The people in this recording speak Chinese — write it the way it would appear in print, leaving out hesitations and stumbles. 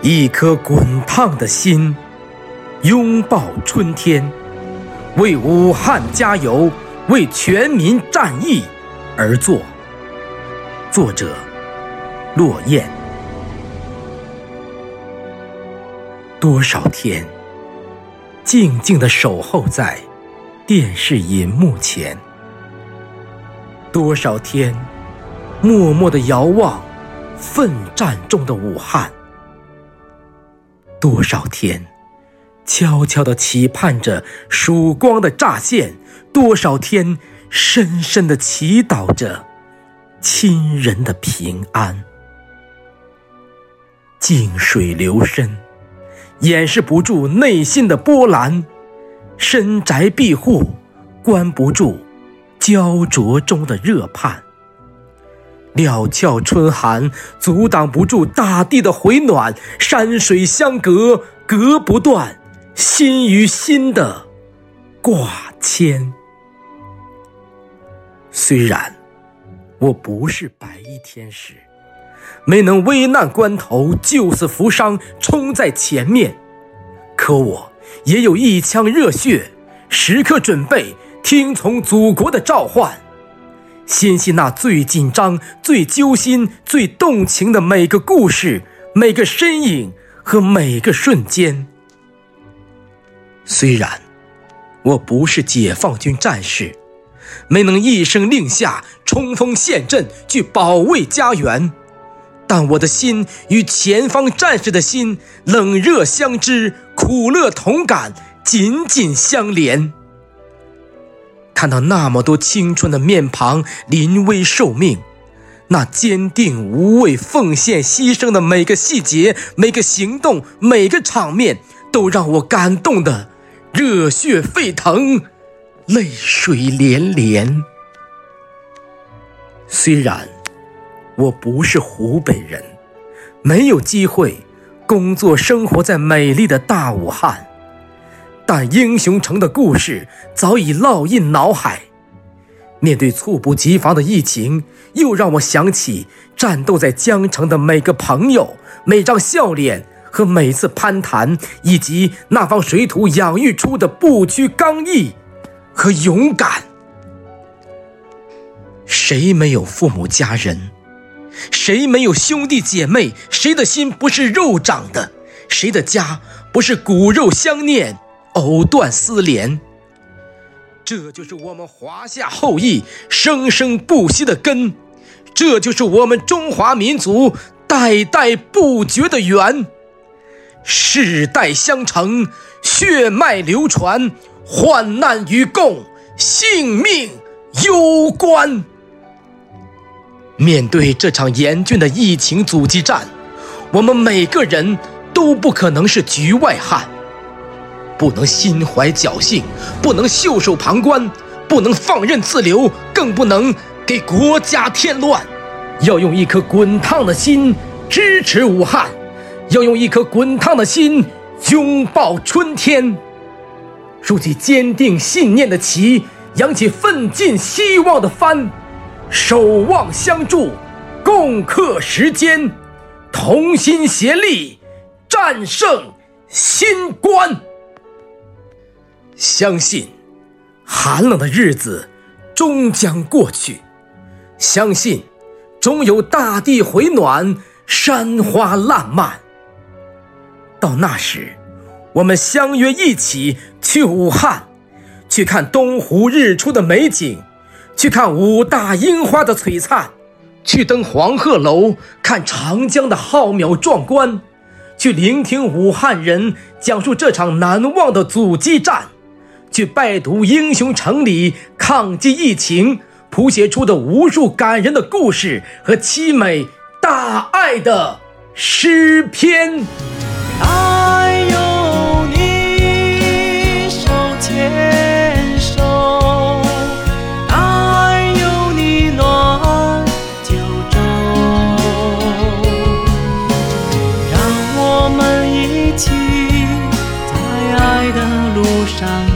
一颗滚烫的心，拥抱春天，为武汉加油，为全民战役而作。作者：落雁。多少天，静静地守候在电视银幕前；多少天，默默地遥望奋战中的武汉；多少天，悄悄地期盼着曙光的乍现；多少天，深深地祈祷着亲人的平安。静水流深，掩饰不住内心的波澜；深宅闭户，关不住焦灼中的热盼。料峭春寒，阻挡不住大地的回暖；山水相隔，隔不断心与心的挂牵。虽然我不是白衣天使，没能危难关头救死扶伤冲在前面，可我也有一腔热血，时刻准备听从祖国的召唤。欣喜那最紧张、最揪心、最动情的每个故事、每个身影和每个瞬间。虽然我不是解放军战士，没能一声令下冲锋陷阵去保卫家园，但我的心与前方战士的心冷热相知，苦乐同感，紧紧相连。看到那么多青春的面庞临危受命，那坚定无畏奉献牺牲的每个细节、每个行动、每个场面，都让我感动得热血沸腾，泪水连连。虽然我不是湖北人，没有机会工作生活在美丽的大武汉，但英雄城的故事早已烙印脑海。面对猝不及防的疫情，又让我想起战斗在江城的每个朋友、每张笑脸和每次攀谈，以及那方水土养育出的不屈刚毅和勇敢。谁没有父母家人？谁没有兄弟姐妹？谁的心不是肉长的？谁的家不是骨肉相念，藕断丝连？这就是我们华夏后裔生生不息的根，这就是我们中华民族代代不绝的缘。世代相承，血脉流传，患难与共，性命攸关。面对这场严峻的疫情阻击战，我们每个人都不可能是局外汉，不能心怀侥幸，不能袖手旁观，不能放任自流，更不能给国家添乱。要用一颗滚烫的心支持武汉，要用一颗滚烫的心拥抱春天，竖起坚定信念的旗，扬起奋进希望的帆，守望相助，共克时艰，同心协力，战胜新冠。相信寒冷的日子终将过去，相信终有大地回暖，山花烂漫。到那时，我们相约一起去武汉，去看东湖日出的美景，去看武大樱花的璀璨，去登黄鹤楼，看长江的浩渺壮观，去聆听武汉人讲述这场难忘的阻击战，去拜读英雄城里抗击疫情谱写出的无数感人的故事和凄美大爱的诗篇。 爱有你手牵手，爱有你暖九州，让我们一起在爱的路上